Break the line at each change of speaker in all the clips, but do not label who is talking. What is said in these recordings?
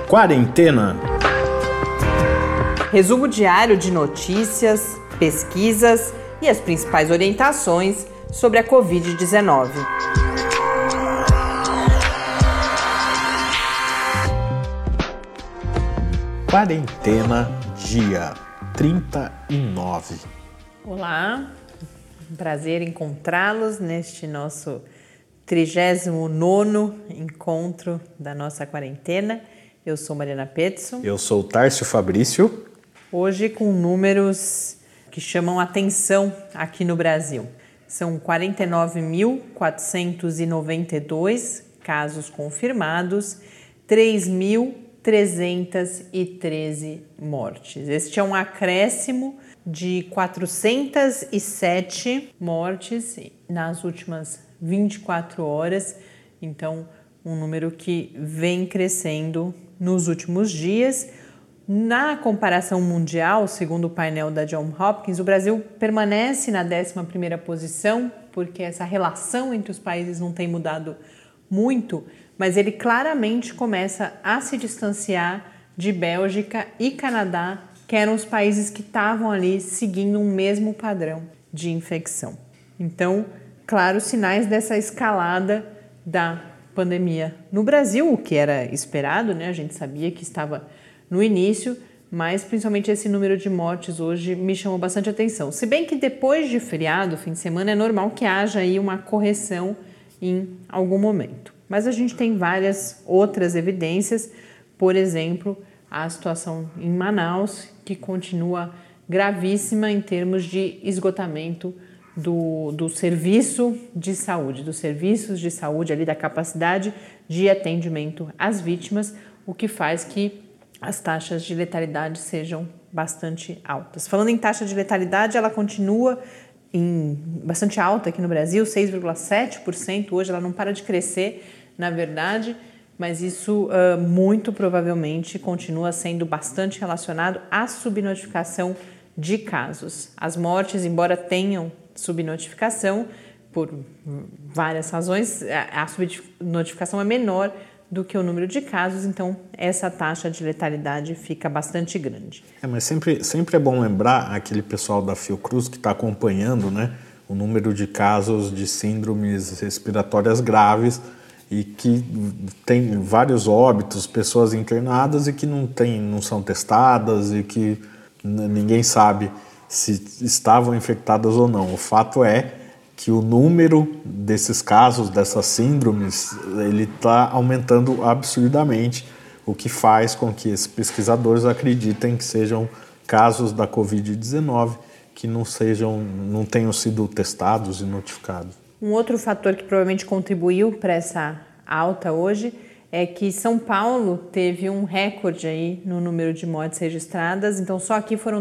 Quarentena.
Resumo diário de notícias, pesquisas e as principais orientações sobre a Covid-19.
Quarentena, dia 39.
Olá, um prazer encontrá-los neste nosso 39º encontro da nossa quarentena. Eu sou Mariana Peterson.
Eu sou Tárcio Fabrício.
Hoje com números que chamam atenção aqui no Brasil. São 49.492 casos confirmados, 3.313 mortes. Este é um acréscimo de 407 mortes nas últimas 24 horas. Então, um número que vem crescendo nos últimos dias. Na comparação mundial, segundo o painel da Johns Hopkins, o Brasil permanece na 11ª posição, porque essa relação entre os países não tem mudado muito, mas ele claramente começa a se distanciar de Bélgica e Canadá, que eram os países que estavam ali seguindo um mesmo padrão de infecção. Então, claro, sinais dessa escalada da pandemia no Brasil, o que era esperado, né? A gente sabia que estava no início, mas principalmente esse número de mortes hoje me chamou bastante atenção. Se bem que depois de feriado, fim de semana, é normal que haja aí uma correção em algum momento. Mas a gente tem várias outras evidências, por exemplo, a situação em Manaus, que continua gravíssima em termos de esgotamento do serviço de saúde, dos serviços de saúde, ali da capacidade de atendimento às vítimas, o que faz que as taxas de letalidade sejam bastante altas. Falando em taxa de letalidade, ela continua bastante alta aqui no Brasil, 6,7%. Hoje ela não para de crescer, na verdade, mas isso muito provavelmente continua sendo bastante relacionado à subnotificação de casos. As mortes, embora tenham subnotificação, por várias razões, a subnotificação é menor do que o número de casos, então essa taxa de letalidade fica bastante grande.
Mas sempre é bom lembrar aquele pessoal da Fiocruz que está acompanhando, né, o número de casos de síndromes respiratórias graves e que tem vários óbitos, pessoas internadas e que não são testadas e que ninguém sabe se estavam infectadas ou não. O fato é que o número desses casos, dessas síndromes, ele está aumentando absurdamente, o que faz com que esses pesquisadores acreditem que sejam casos da Covid-19 que não tenham sido testados e notificados.
Um outro fator que provavelmente contribuiu para essa alta hoje é que São Paulo teve um recorde aí no número de mortes registradas, então só aqui foram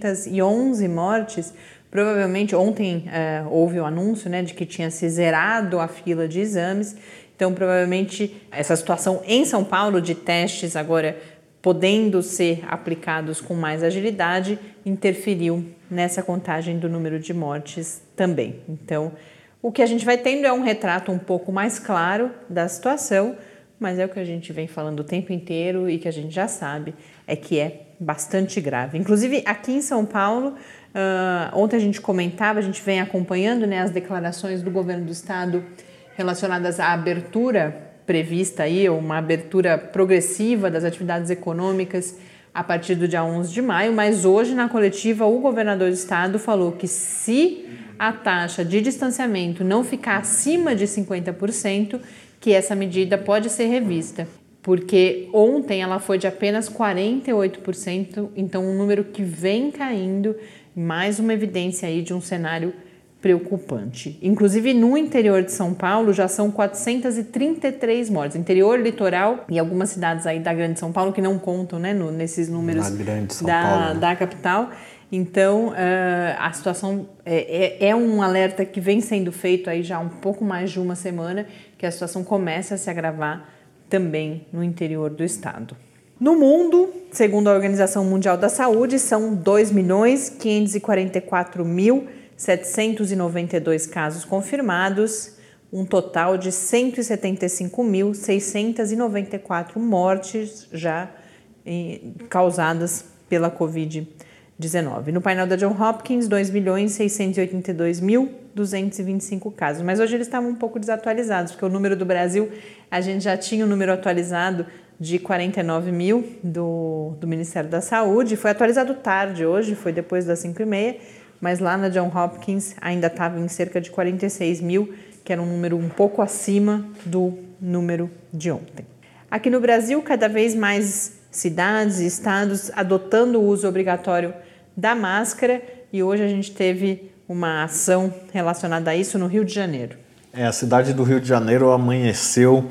211 mortes. Provavelmente ontem houve o anúncio, né, de que tinha se zerado a fila de exames, então provavelmente essa situação em São Paulo de testes agora podendo ser aplicados com mais agilidade interferiu nessa contagem do número de mortes também. Então o que a gente vai tendo é um retrato um pouco mais claro da situação, mas é o que a gente vem falando o tempo inteiro e que a gente já sabe, é que é bastante grave. Inclusive aqui em São Paulo, ontem a gente comentava, a gente vem acompanhando, né, as declarações do governo do estado relacionadas à abertura prevista aí, uma abertura progressiva das atividades econômicas a partir do dia 11 de maio, mas hoje na coletiva o governador do estado falou que se a taxa de distanciamento não ficar acima de 50%, que essa medida pode ser revista, porque ontem ela foi de apenas 48%, então um número que vem caindo, mais uma evidência aí de um cenário preocupante. Inclusive no interior de São Paulo já são 433 mortes, interior, litoral e algumas cidades aí da Grande São Paulo que não contam, né, nesses números da capital. Então a situação é um alerta que vem sendo feito aí já há um pouco mais de uma semana, que a situação começa a se agravar também no interior do estado. No mundo, segundo a Organização Mundial da Saúde, são 2.544.792 casos confirmados, um total de 175.694 mortes já causadas pela Covid-19. No painel da Johns Hopkins, 2.682.225 casos. Mas hoje eles estavam um pouco desatualizados, porque o número do Brasil, a gente já tinha o número atualizado de 49 mil do Ministério da Saúde. Foi atualizado tarde hoje, foi depois das 5h30, mas lá na Johns Hopkins ainda estava em cerca de 46 mil, que era um número um pouco acima do número de ontem. Aqui no Brasil, cada vez mais cidades e estados adotando o uso obrigatório da máscara, e hoje a gente teve uma ação relacionada a isso no Rio de Janeiro.
A cidade do Rio de Janeiro amanheceu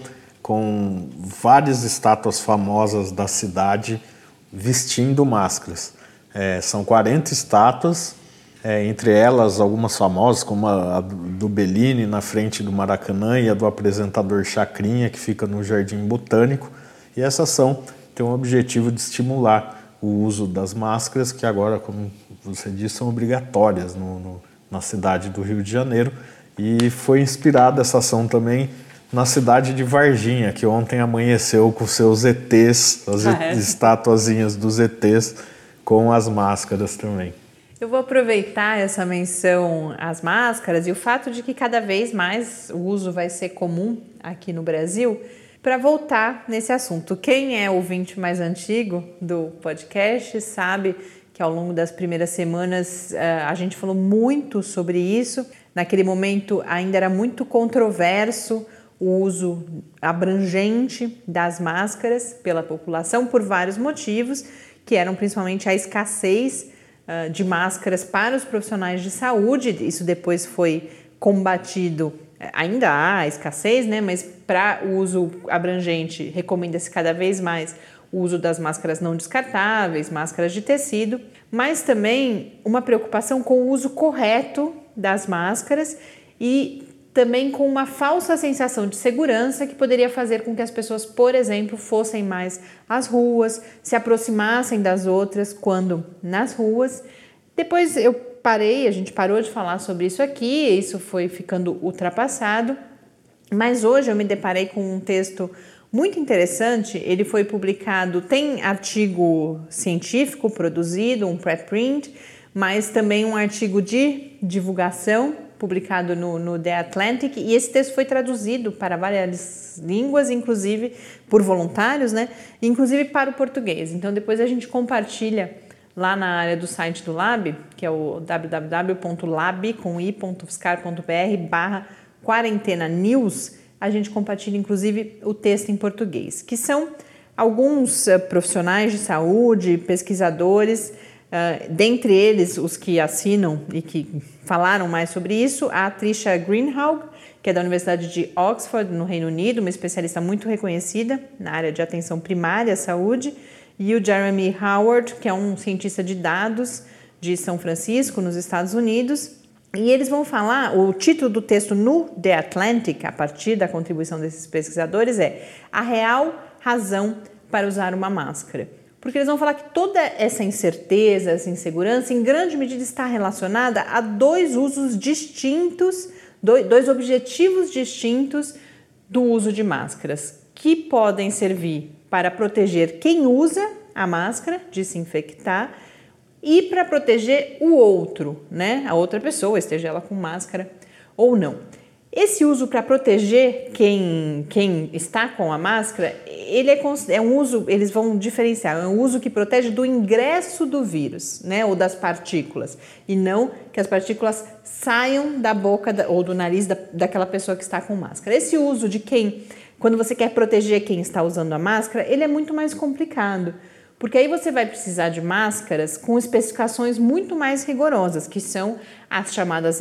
com várias estátuas famosas da cidade vestindo máscaras. São 40 estátuas, entre elas algumas famosas, como a do Bellini na frente do Maracanã e a do apresentador Chacrinha, que fica no Jardim Botânico. E essa ação tem o objetivo de estimular o uso das máscaras, que agora, como você disse, são obrigatórias na cidade do Rio de Janeiro. E foi inspirada essa ação também na cidade de Varginha, que ontem amanheceu com seus ETs, as estatuazinhas dos ETs, com as máscaras também.
Eu vou aproveitar essa menção às máscaras e o fato de que cada vez mais o uso vai ser comum aqui no Brasil para voltar nesse assunto. Quem é ouvinte mais antigo do podcast sabe que ao longo das primeiras semanas a gente falou muito sobre isso. Naquele momento ainda era muito controverso o uso abrangente das máscaras pela população por vários motivos, que eram principalmente a escassez de máscaras para os profissionais de saúde. Isso depois foi combatido, ainda há escassez, né? Mas para o uso abrangente recomenda-se cada vez mais o uso das máscaras não descartáveis, máscaras de tecido, mas também uma preocupação com o uso correto das máscaras e também com uma falsa sensação de segurança que poderia fazer com que as pessoas, por exemplo, fossem mais às ruas, se aproximassem das outras quando nas ruas. Depois a gente parou de falar sobre isso aqui, isso foi ficando ultrapassado, mas hoje eu me deparei com um texto muito interessante. Ele foi publicado, tem artigo científico produzido, um preprint, mas também um artigo de divulgação publicado no The Atlantic, e esse texto foi traduzido para várias línguas, inclusive por voluntários, né? Inclusive para o português. Então depois a gente compartilha lá na área do site do Lab, que é o www.lab.fiscar.br/quarentena news, a gente compartilha inclusive o texto em português, que são alguns profissionais de saúde, pesquisadores, dentre eles os que assinam e que falaram mais sobre isso, a Tricia Greenhalgh, que é da Universidade de Oxford, no Reino Unido, uma especialista muito reconhecida na área de atenção primária à saúde, e o Jeremy Howard, que é um cientista de dados de São Francisco, nos Estados Unidos. E eles vão falar, o título do texto no The Atlantic, a partir da contribuição desses pesquisadores, é A Real Razão para Usar uma Máscara. Porque eles vão falar que toda essa incerteza, essa insegurança, em grande medida está relacionada a dois usos distintos, dois objetivos distintos do uso de máscaras, que podem servir para proteger quem usa a máscara, de se infectar, e para proteger o outro, né? A outra pessoa, esteja ela com máscara ou não. Esse uso para proteger quem está com a máscara, ele é um uso, eles vão diferenciar, é um uso que protege do ingresso do vírus, né, ou das partículas, e não que as partículas saiam da boca ou do nariz daquela pessoa que está com máscara. Esse uso de quando você quer proteger quem está usando a máscara, ele é muito mais complicado, porque aí você vai precisar de máscaras com especificações muito mais rigorosas, que são as chamadas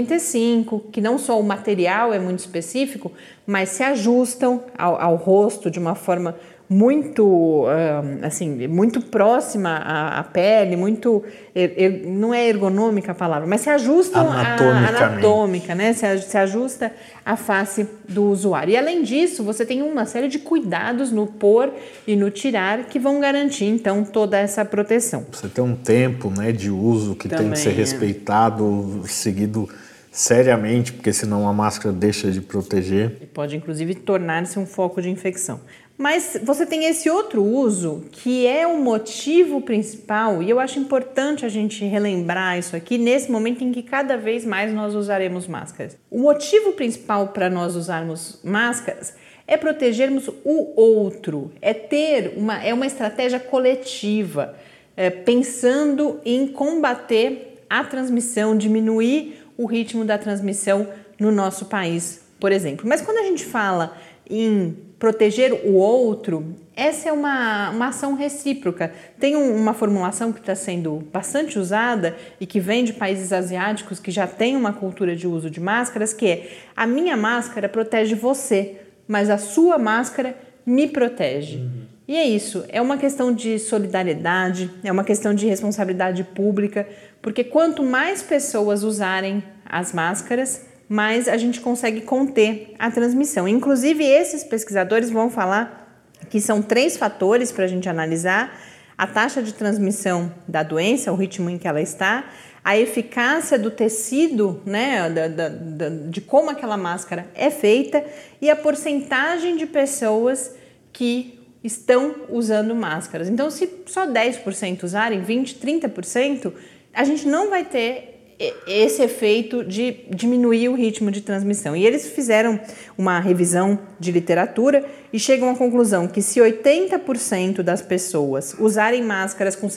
N95, que não só o material é muito específico, mas se ajustam ao rosto de uma forma muito, muito próxima à pele, muito, não é ergonômica a palavra, mas se ajustam anatômica, né? Se ajusta à face do usuário. E além disso, você tem uma série de cuidados no pôr e no tirar que vão garantir, então, toda essa proteção.
Você tem um tempo, né, de uso que também tem que ser respeitado, seguido seriamente, porque senão a máscara deixa de proteger.
E pode, inclusive, tornar-se um foco de infecção. Mas você tem esse outro uso que é o motivo principal, e eu acho importante a gente relembrar isso aqui nesse momento em que cada vez mais nós usaremos máscaras. O motivo principal para nós usarmos máscaras é protegermos o outro, é uma estratégia coletiva, pensando em combater a transmissão, diminuir o ritmo da transmissão no nosso país, por exemplo. Mas quando a gente fala em proteger o outro, essa é uma ação recíproca. Tem uma formulação que está sendo bastante usada e que vem de países asiáticos que já têm uma cultura de uso de máscaras, que é: a minha máscara protege você, mas a sua máscara me protege. E é isso, é uma questão de solidariedade, é uma questão de responsabilidade pública, porque quanto mais pessoas usarem as máscaras, mais a gente consegue conter a transmissão. Inclusive, esses pesquisadores vão falar que são 3 fatores para a gente analisar: a taxa de transmissão da doença, o ritmo em que ela está, a eficácia do tecido, né, de como aquela máscara é feita, e a porcentagem de pessoas que estão usando máscaras. Então, se só 10% usarem, 20%, 30%, a gente não vai ter esse efeito de diminuir o ritmo de transmissão. E eles fizeram uma revisão de literatura e chegam à conclusão que se 80% das pessoas usarem máscaras com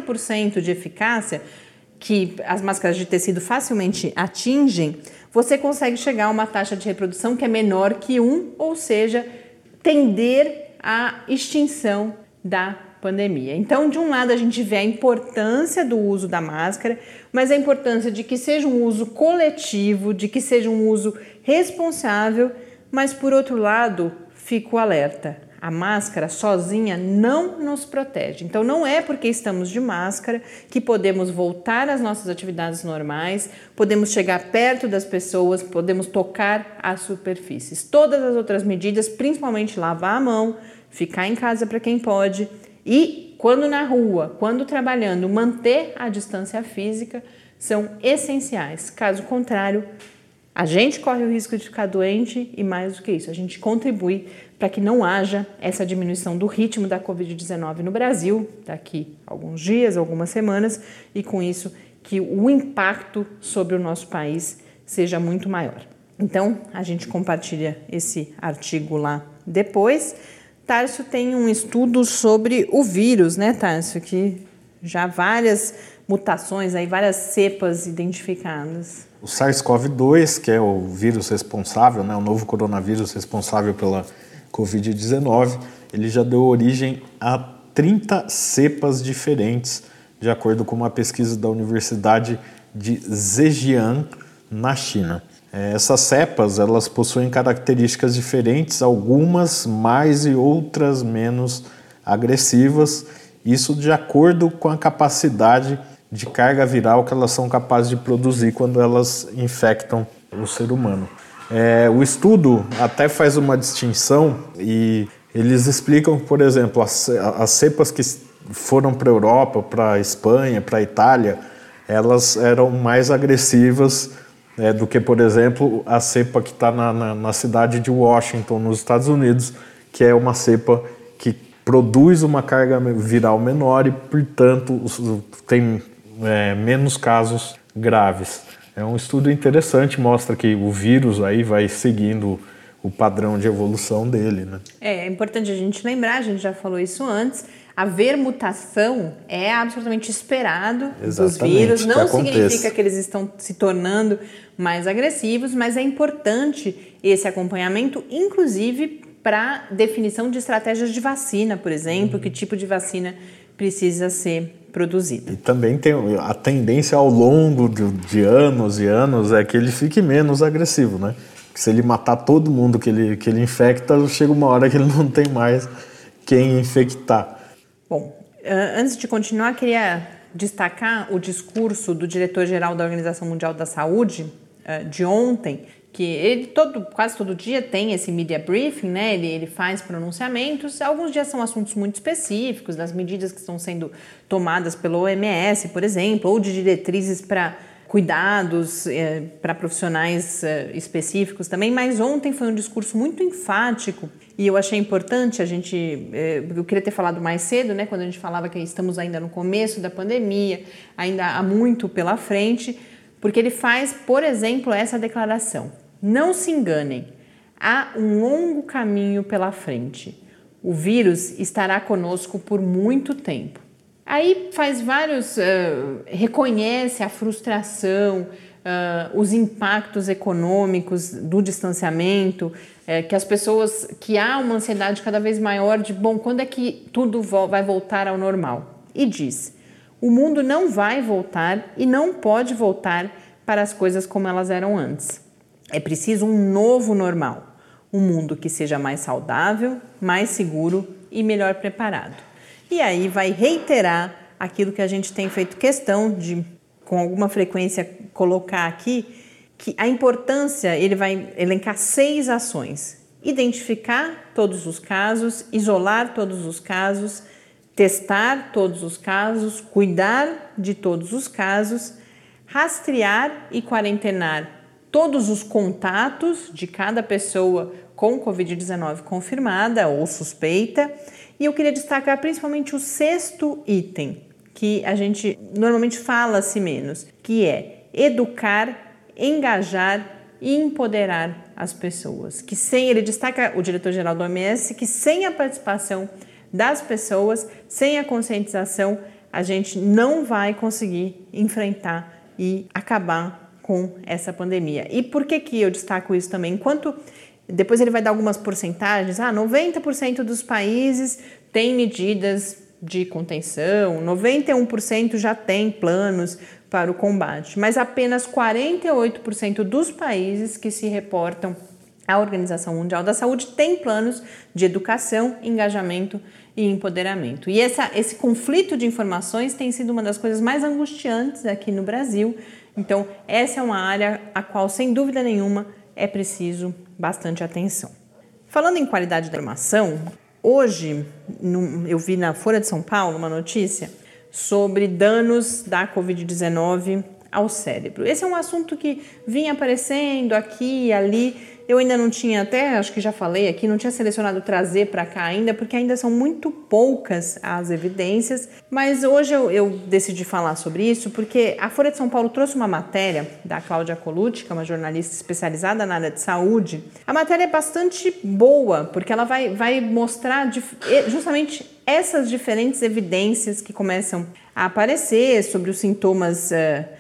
60% de eficácia, que as máscaras de tecido facilmente atingem, você consegue chegar a uma taxa de reprodução que é menor que 1, ou seja, tender à extinção da pandemia. Então, de um lado, a gente vê a importância do uso da máscara, mas a importância de que seja um uso coletivo, de que seja um uso responsável, mas, por outro lado, fico alerta: a máscara sozinha não nos protege. Então, não é porque estamos de máscara que podemos voltar às nossas atividades normais, podemos chegar perto das pessoas, podemos tocar as superfícies. Todas as outras medidas, principalmente lavar a mão, ficar em casa para quem pode, e quando na rua, quando trabalhando, manter a distância física, são essenciais. Caso contrário, a gente corre o risco de ficar doente e, mais do que isso, a gente contribui para que não haja essa diminuição do ritmo da Covid-19 no Brasil daqui a alguns dias, algumas semanas, e com isso que o impacto sobre o nosso país seja muito maior. Então, a gente compartilha esse artigo lá depois. Tárcio tem um estudo sobre o vírus, né, Tárcio? Que já várias mutações, aí, várias cepas identificadas.
O SARS-CoV-2, que é o vírus responsável, né, o novo coronavírus responsável pela Covid-19, ele já deu origem a 30 cepas diferentes, de acordo com uma pesquisa da Universidade de Zhejiang, na China. Essas cepas, elas possuem características diferentes, algumas mais e outras menos agressivas, isso de acordo com a capacidade de carga viral que elas são capazes de produzir quando elas infectam o ser humano. O estudo até faz uma distinção e eles explicam que, por exemplo, as cepas que foram para a Europa, para a Espanha, para a Itália, elas eram mais agressivas do que, por exemplo, a cepa que está na cidade de Washington, nos Estados Unidos, que é uma cepa que produz uma carga viral menor e, portanto, tem menos casos graves. É um estudo interessante, mostra que o vírus aí vai seguindo o padrão de evolução dele, né?
É importante a gente lembrar, a gente já falou isso antes, haver mutação é absolutamente esperado dos vírus, não significa que eles estão se tornando mais agressivos, mas é importante esse acompanhamento, inclusive para definição de estratégias de vacina, por exemplo, que tipo de vacina precisa ser produzida.
E também tem a tendência ao longo de anos e anos é que ele fique menos agressivo, né? Se ele matar todo mundo que ele infecta, chega uma hora que ele não tem mais quem infectar.
Bom, antes de continuar, queria destacar o discurso do diretor-geral da Organização Mundial da Saúde de ontem, que ele quase todo dia tem esse media briefing, né? Ele faz pronunciamentos, alguns dias são assuntos muito específicos, das medidas que estão sendo tomadas pelo OMS, por exemplo, ou de diretrizes para cuidados para profissionais específicos também, mas ontem foi um discurso muito enfático e eu achei importante eu queria ter falado mais cedo, né, quando a gente falava que estamos ainda no começo da pandemia, ainda há muito pela frente, porque ele faz, por exemplo, essa declaração: não se enganem, há um longo caminho pela frente, o vírus estará conosco por muito tempo. Aí faz reconhece a frustração, os impactos econômicos do distanciamento, que as pessoas, que há uma ansiedade cada vez maior de, quando é que tudo vai voltar ao normal? E diz, o mundo não vai voltar e não pode voltar para as coisas como elas eram antes. É preciso um novo normal, um mundo que seja mais saudável, mais seguro e melhor preparado. E aí vai reiterar aquilo que a gente tem feito questão de, com alguma frequência, colocar aqui, que a importância, ele vai elencar 6 ações. Identificar todos os casos, isolar todos os casos, testar todos os casos, cuidar de todos os casos, rastrear e quarentenar todos os contatos de cada pessoa com Covid-19 confirmada ou suspeita. E eu queria destacar principalmente o 6º item, que a gente normalmente fala-se menos, que é educar, engajar e empoderar as pessoas. Ele destaca, o diretor-geral do OMS, que sem a participação das pessoas, sem a conscientização, a gente não vai conseguir enfrentar e acabar com essa pandemia. E por que eu destaco isso também? Depois ele vai dar algumas porcentagens. 90% dos países têm medidas de contenção, 91% já tem planos para o combate, mas apenas 48% dos países que se reportam à Organização Mundial da Saúde têm planos de educação, engajamento e empoderamento. E esse conflito de informações tem sido uma das coisas mais angustiantes aqui no Brasil. Então, essa é uma área a qual, sem dúvida nenhuma, é preciso bastante atenção. Falando em qualidade da informação, hoje eu vi na Folha de São Paulo uma notícia sobre danos da Covid-19 ao cérebro. Esse é um assunto que vinha aparecendo aqui e ali. Eu ainda não tinha, acho que já falei aqui, não tinha selecionado trazer para cá ainda, porque ainda são muito poucas as evidências, mas hoje eu decidi falar sobre isso porque a Folha de São Paulo trouxe uma matéria da Cláudia Colucci, que é uma jornalista especializada na área de saúde. A matéria é bastante boa, porque ela vai mostrar justamente essas diferentes evidências que começam a aparecer sobre os sintomas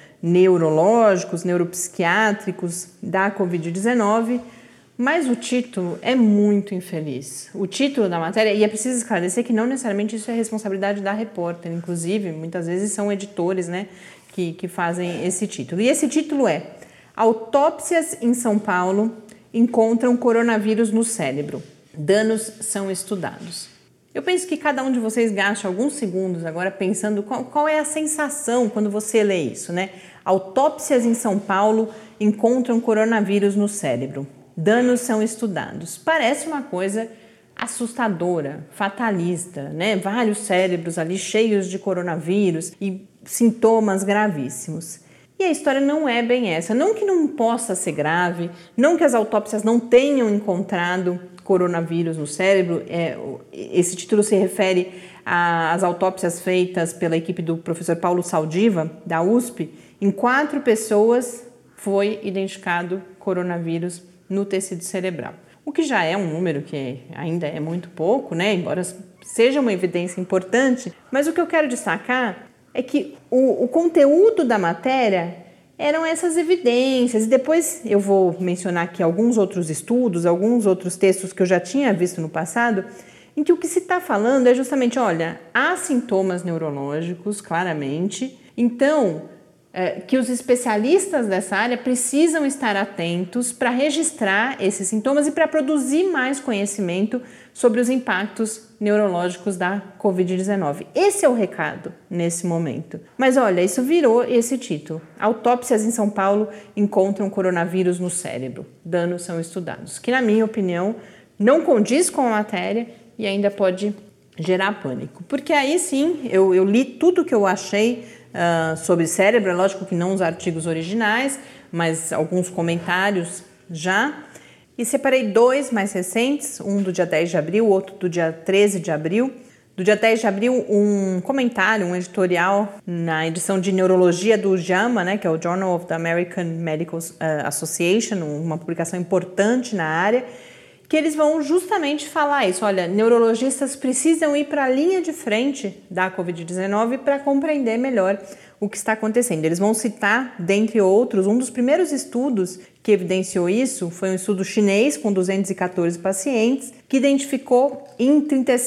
neurológicos, neuropsiquiátricos da Covid-19, mas o título é muito infeliz. O título da matéria, e é preciso esclarecer que não necessariamente isso é responsabilidade da repórter, inclusive muitas vezes são editores, né, que fazem esse título. E esse título é: Autópsias em São Paulo encontram coronavírus no cérebro. Danos são estudados. Eu penso que cada um de vocês gasta alguns segundos agora pensando qual é a sensação quando você lê isso, né? Autópsias em São Paulo encontram coronavírus no cérebro. Danos são estudados. Parece uma coisa assustadora, fatalista, né? Vários cérebros ali cheios de coronavírus e sintomas gravíssimos. E a história não é bem essa. Não que não possa ser grave, não que as autópsias não tenham encontrado coronavírus no cérebro. Esse título se refere às autópsias feitas pela equipe do professor Paulo Saldiva, da USP. Em 4 pessoas foi identificado coronavírus no tecido cerebral. O que já é um número que ainda é muito pouco, né? Embora seja uma evidência importante. Mas o que eu quero destacar é que o conteúdo da matéria eram essas evidências. E depois eu vou mencionar aqui alguns outros estudos, alguns outros textos que eu já tinha visto no passado, em que o que se está falando é justamente, olha, há sintomas neurológicos, claramente, então que os especialistas dessa área precisam estar atentos para registrar esses sintomas e para produzir mais conhecimento sobre os impactos neurológicos da Covid-19. Esse é o recado nesse momento. Mas olha, isso virou esse título. Autópsias em São Paulo encontram coronavírus no cérebro. Danos são estudados. Que, na minha opinião, não condiz com a matéria e ainda pode gerar pânico. Porque aí sim, eu li tudo que eu achei sobre cérebro. É lógico que não os artigos originais, mas alguns comentários já. E separei 2 mais recentes, um do dia 10 de abril, outro do dia 13 de abril. Do dia 10 de abril, um comentário, um editorial na edição de Neurologia do JAMA, né, que é o Journal of the American Medical Association, uma publicação importante na área, que eles vão justamente falar isso. Olha, neurologistas precisam ir para a linha de frente da Covid-19 para compreender melhor o que está acontecendo. Eles vão citar, dentre outros, um dos primeiros estudos que evidenciou isso foi um estudo chinês com 214 pacientes, que identificou em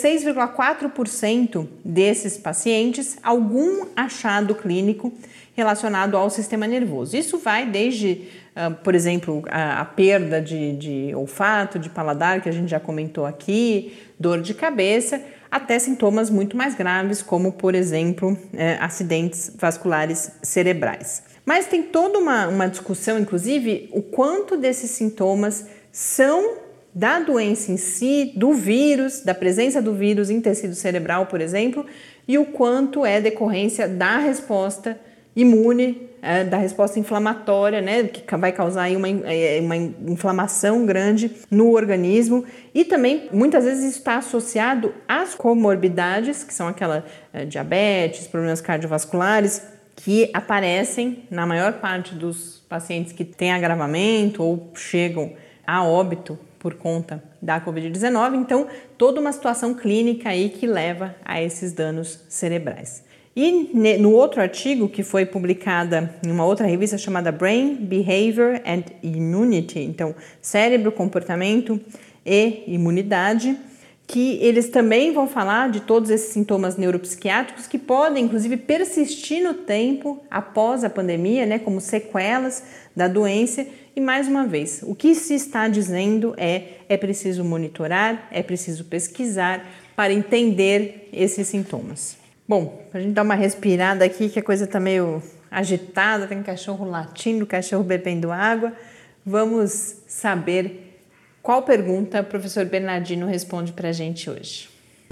36,4% desses pacientes algum achado clínico relacionado ao sistema nervoso. Isso vai desde, por exemplo, a perda de olfato, de paladar, que a gente já comentou aqui, dor de cabeça, até sintomas muito mais graves, como, por exemplo, acidentes vasculares cerebrais. Mas tem toda uma discussão, inclusive, o quanto desses sintomas são da doença em si, do vírus, da presença do vírus em tecido cerebral, por exemplo, e o quanto é decorrência da resposta imune, da resposta inflamatória, né, que vai causar aí uma inflamação grande no organismo. E também, muitas vezes, isso está associado às comorbidades, que são aquela diabetes, problemas cardiovasculares, que aparecem na maior parte dos pacientes que têm agravamento ou chegam a óbito por conta da Covid-19. Então, toda uma situação clínica aí que leva a esses danos cerebrais. E no outro artigo, que foi publicada em uma outra revista chamada Brain, Behavior and Immunity, então cérebro, comportamento e imunidade, que eles também vão falar de todos esses sintomas neuropsiquiátricos que podem, inclusive, persistir no tempo após a pandemia, né, como sequelas da doença. E, mais uma vez, o que se está dizendo é preciso monitorar, é preciso pesquisar para entender esses sintomas. Bom, pra gente dar uma respirada aqui, que a coisa tá meio agitada, tem cachorro latindo, cachorro bebendo água. Vamos saber qual pergunta o professor Bernardino responde pra gente hoje.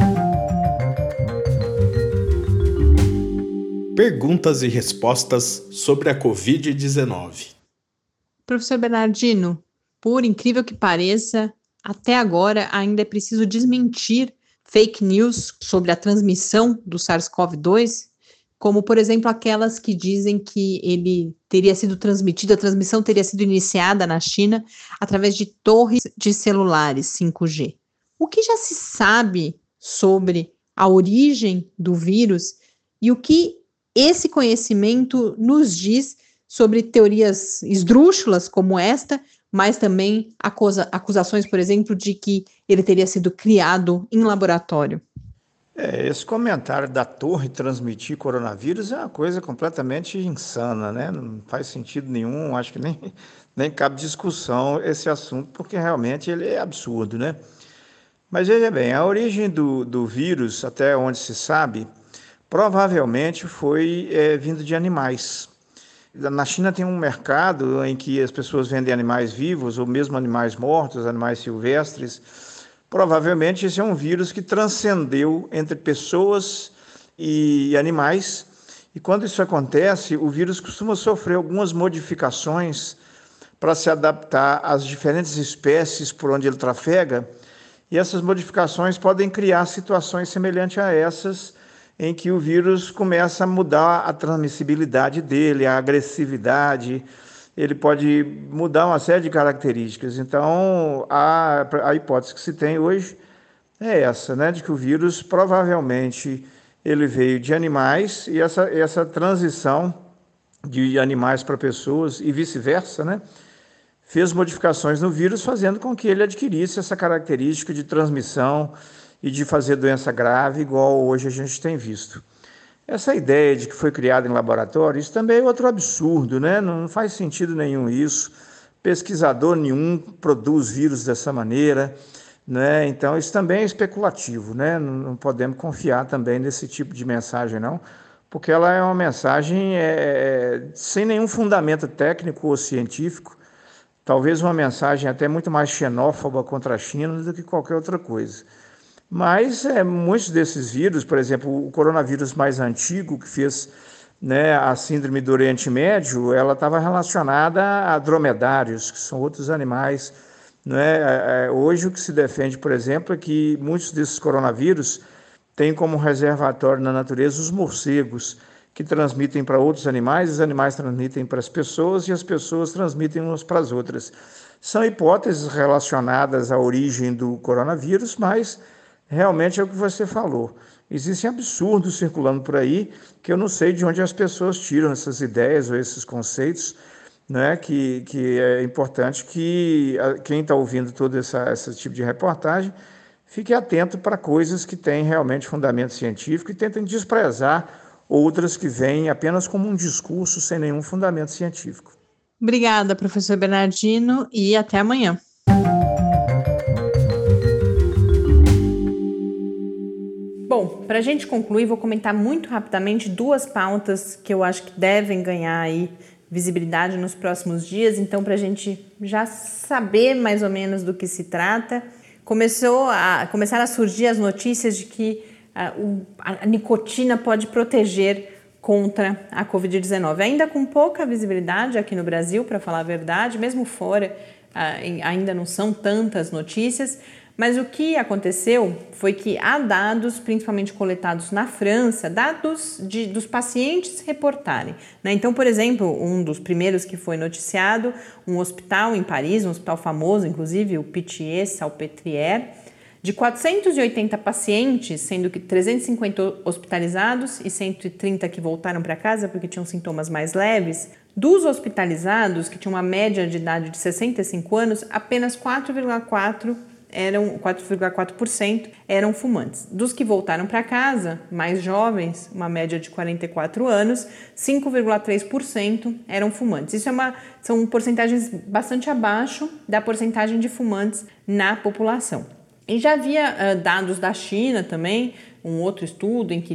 Perguntas e respostas sobre a Covid-19.
Professor Bernardino, por incrível que pareça, até agora ainda é preciso desmentir fake news sobre a transmissão do SARS-CoV-2, como, por exemplo, aquelas que dizem que ele teria sido transmitido, a transmissão teria sido iniciada na China através de torres de celulares 5G. O que já se sabe sobre a origem do vírus e o que esse conhecimento nos diz sobre teorias esdrúxulas como esta, mas também acusações, por exemplo, de que ele teria sido criado em laboratório?
Esse comentário da torre transmitir coronavírus é uma coisa completamente insana, né? Não faz sentido nenhum, acho que nem cabe discussão esse assunto, porque realmente ele é absurdo, né? Mas veja bem, a origem do vírus, até onde se sabe, provavelmente foi vindo de animais. Na China tem um mercado em que as pessoas vendem animais vivos ou mesmo animais mortos, animais silvestres. Provavelmente esse é um vírus que transcendeu entre pessoas e animais. E quando isso acontece, o vírus costuma sofrer algumas modificações para se adaptar às diferentes espécies por onde ele trafega. E essas modificações podem criar situações semelhantes a essas, em que o vírus começa a mudar a transmissibilidade dele, a agressividade, ele pode mudar uma série de características. Então, a hipótese que se tem hoje é essa, né, de que o vírus provavelmente ele veio de animais e essa transição de animais para pessoas e vice-versa, né, fez modificações no vírus, fazendo com que ele adquirisse essa característica de transmissão e de fazer doença grave, igual hoje a gente tem visto. Essa ideia de que foi criado em laboratório, isso também é outro absurdo, né? Não faz sentido nenhum isso. Pesquisador nenhum produz vírus dessa maneira, né? Então, isso também é especulativo, né? Não podemos confiar também nesse tipo de mensagem, não, porque ela é uma mensagem sem nenhum fundamento técnico ou científico, talvez uma mensagem até muito mais xenófoba contra a China do que qualquer outra coisa. Mas muitos desses vírus, por exemplo, o coronavírus mais antigo, que fez né, a síndrome do Oriente Médio, ela estava relacionada a dromedários, que são outros animais, né? Hoje o que se defende, por exemplo, é que muitos desses coronavírus têm como reservatório na natureza os morcegos, que transmitem para outros animais, os animais transmitem para as pessoas e as pessoas transmitem umas para as outras. São hipóteses relacionadas à origem do coronavírus, mas realmente é o que você falou. Existem absurdos circulando por aí que eu não sei de onde as pessoas tiram essas ideias ou esses conceitos, né? Que é importante que quem está ouvindo todo esse tipo de reportagem fique atento para coisas que têm realmente fundamento científico e tentem desprezar outras que vêm apenas como um discurso sem nenhum fundamento científico.
Obrigada, professor Bernardino, e até amanhã. Bom, para a gente concluir, vou comentar muito rapidamente 2 pautas que eu acho que devem ganhar aí visibilidade nos próximos dias. Então, para a gente já saber mais ou menos do que se trata, começaram a surgir as notícias de que a nicotina pode proteger contra a Covid-19. Ainda com pouca visibilidade aqui no Brasil, para falar a verdade, mesmo fora ainda não são tantas notícias, mas o que aconteceu foi que há dados, principalmente coletados na França, dados dos pacientes reportarem, né? Então, por exemplo, um dos primeiros que foi noticiado, um hospital em Paris, um hospital famoso, inclusive, o Pitié-Salpêtrière, de 480 pacientes, sendo que 350 hospitalizados e 130 que voltaram para casa porque tinham sintomas mais leves, dos hospitalizados, que tinham uma média de idade de 65 anos, apenas 4,4% eram fumantes. Dos que voltaram para casa, mais jovens, uma média de 44 anos, 5,3% eram fumantes. Isso são porcentagens bastante abaixo da porcentagem de fumantes na população. E já havia dados da China também, um outro estudo em que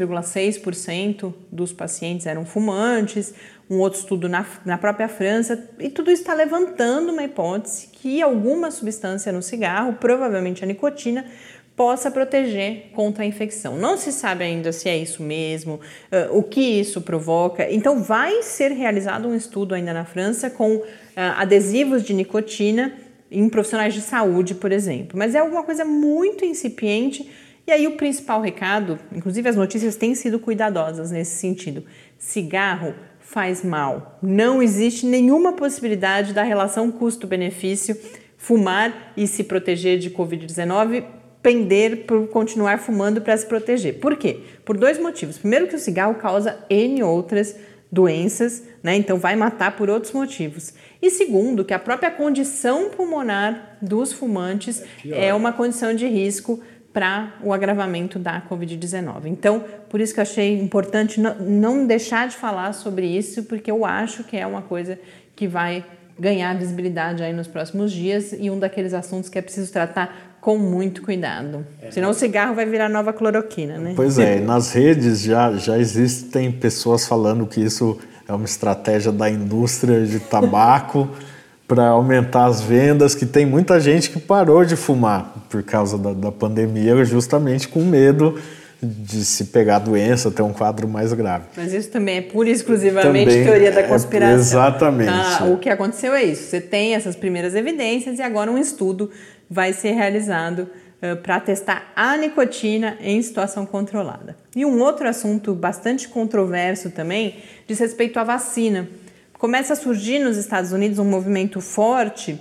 12,6% dos pacientes eram fumantes, um outro estudo na própria França, e tudo isso está levantando uma hipótese que alguma substância no cigarro, provavelmente a nicotina, possa proteger contra a infecção. Não se sabe ainda se é isso mesmo, o que isso provoca. Então vai ser realizado um estudo ainda na França com adesivos de nicotina em profissionais de saúde, por exemplo. Mas é alguma coisa muito incipiente. E aí o principal recado, inclusive as notícias têm sido cuidadosas nesse sentido. Cigarro faz mal. Não existe nenhuma possibilidade da relação custo-benefício fumar e se proteger de Covid-19 pender por continuar fumando para se proteger. Por quê? Por 2 motivos. Primeiro, que o cigarro causa N outras doenças, né? Então vai matar por outros motivos. E segundo, que a própria condição pulmonar dos fumantes é uma condição de risco para o agravamento da Covid-19. Então, por isso que eu achei importante não deixar de falar sobre isso, porque eu acho que é uma coisa que vai ganhar visibilidade aí nos próximos dias e um daqueles assuntos que é preciso tratar com muito cuidado. Senão o cigarro vai virar nova cloroquina, né?
Pois é, nas redes já existem pessoas falando que isso é uma estratégia da indústria de tabaco para aumentar as vendas, que tem muita gente que parou de fumar por causa da pandemia, justamente com medo de se pegar a doença, ter um quadro mais grave.
Mas isso também é pura e exclusivamente teoria da conspiração.
Exatamente.
O que aconteceu é isso, você tem essas primeiras evidências e agora um estudo vai ser realizado para testar a nicotina em situação controlada. E um outro assunto bastante controverso também diz respeito à vacina. Começa a surgir nos Estados Unidos um movimento forte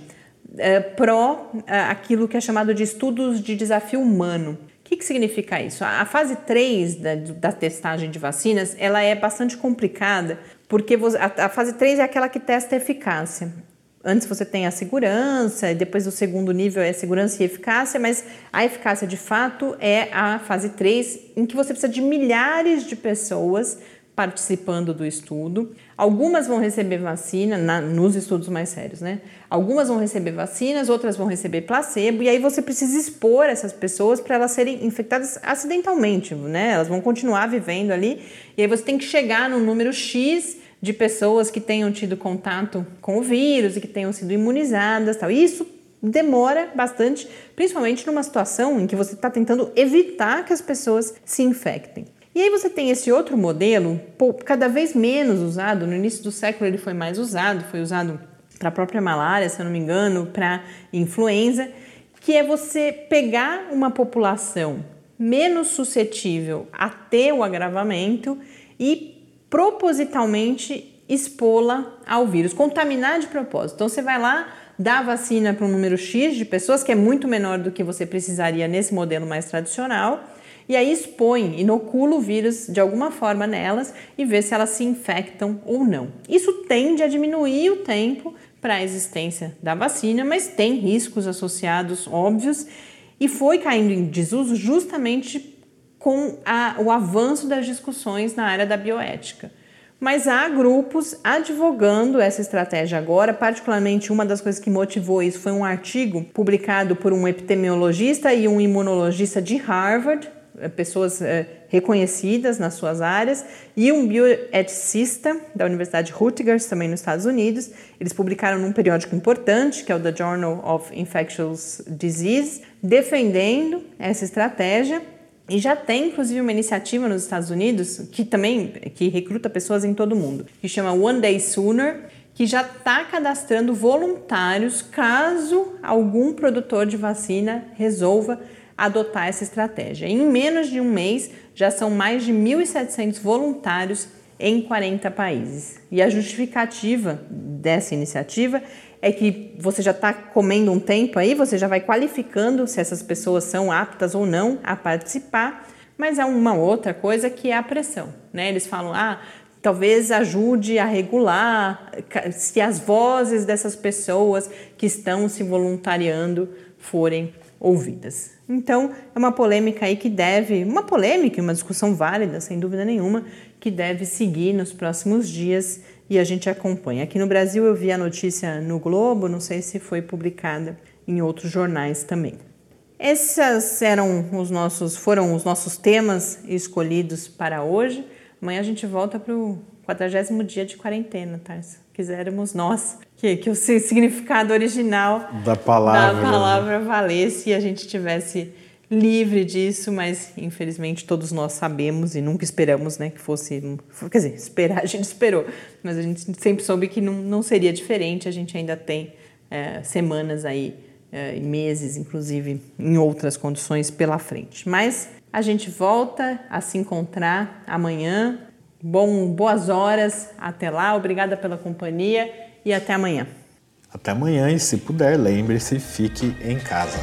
pró aquilo que é chamado de estudos de desafio humano. O que significa isso? A fase 3 da testagem de vacinas, ela é bastante complicada, porque a fase 3 é aquela que testa a eficácia. Antes você tem a segurança, e depois o segundo nível é segurança e eficácia, mas a eficácia de fato é a fase 3, em que você precisa de milhares de pessoas participando do estudo. Algumas vão receber vacina, nos estudos mais sérios, né? Algumas vão receber vacinas, outras vão receber placebo, e aí você precisa expor essas pessoas para elas serem infectadas acidentalmente, né? Elas vão continuar vivendo ali, e aí você tem que chegar num número X de pessoas que tenham tido contato com o vírus e que tenham sido imunizadas, tal. E isso demora bastante, principalmente numa situação em que você está tentando evitar que as pessoas se infectem. E aí você tem esse outro modelo, cada vez menos usado. No início do século ele foi mais usado, foi usado para a própria malária, se eu não me engano, para influenza, que é você pegar uma população menos suscetível a ter o agravamento e propositalmente expô-la ao vírus, contaminar de propósito. Então você vai lá, dá a vacina para um número X de pessoas, que é muito menor do que você precisaria nesse modelo mais tradicional, e aí expõe, inocula o vírus de alguma forma nelas e vê se elas se infectam ou não. Isso tende a diminuir o tempo para a existência da vacina, mas tem riscos associados óbvios e foi caindo em desuso justamente com o avanço das discussões na área da bioética. Mas há grupos advogando essa estratégia agora, particularmente uma das coisas que motivou isso foi um artigo publicado por um epidemiologista e um imunologista de Harvard, pessoas reconhecidas nas suas áreas, e um bioeticista da Universidade Rutgers, também nos Estados Unidos. Eles publicaram num periódico importante, que é o The Journal of Infectious Disease, defendendo essa estratégia. E já tem, inclusive, uma iniciativa nos Estados Unidos que recruta pessoas em todo o mundo, que chama One Day Sooner, que já está cadastrando voluntários caso algum produtor de vacina resolva adotar essa estratégia. Em menos de um mês, já são mais de 1.700 voluntários em 40 países. E a justificativa dessa iniciativa é que você já está comendo um tempo aí, você já vai qualificando se essas pessoas são aptas ou não a participar, mas há uma outra coisa que é a pressão, né? Eles falam, talvez ajude a regular se as vozes dessas pessoas que estão se voluntariando forem ouvidas. Então, é uma polêmica aí uma discussão válida, sem dúvida nenhuma, que deve seguir nos próximos dias e a gente acompanha. Aqui no Brasil eu vi a notícia no Globo, não sei se foi publicada em outros jornais também. Esses foram os nossos temas escolhidos para hoje. Amanhã a gente volta para o 40º dia de quarentena, tá? Se quisermos nós que o significado original da palavra valesse e a gente tivesse livre disso, mas infelizmente todos nós sabemos e nunca esperamos, né, que fosse, quer dizer, esperar a gente esperou, mas a gente sempre soube que não seria diferente. A gente ainda tem semanas aí, meses, inclusive, em outras condições pela frente. Mas a gente volta a se encontrar amanhã. Boas horas, até lá, obrigada pela companhia e até amanhã.
Até amanhã e, se puder, lembre-se, fique em casa.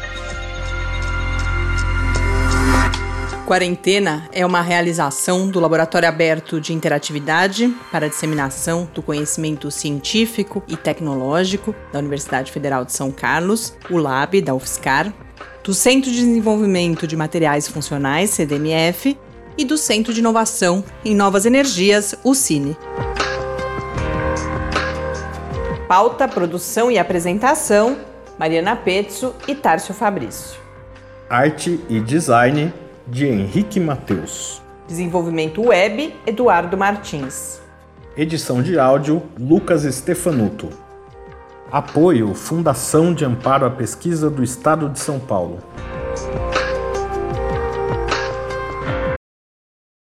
Quarentena é uma realização do Laboratório Aberto de Interatividade para a Disseminação do Conhecimento Científico e Tecnológico da Universidade Federal de São Carlos, o LAB da UFSCar, do Centro de Desenvolvimento de Materiais Funcionais, CDMF, e do Centro de Inovação em Novas Energias, o CINE. Pauta, produção e apresentação, Mariana Pezzo e Tárcio Fabrício.
Arte e design, de Henrique Mateus.
Desenvolvimento web, Eduardo Martins.
Edição de áudio, Lucas Stefanuto. Apoio, Fundação de Amparo à Pesquisa do Estado de São Paulo.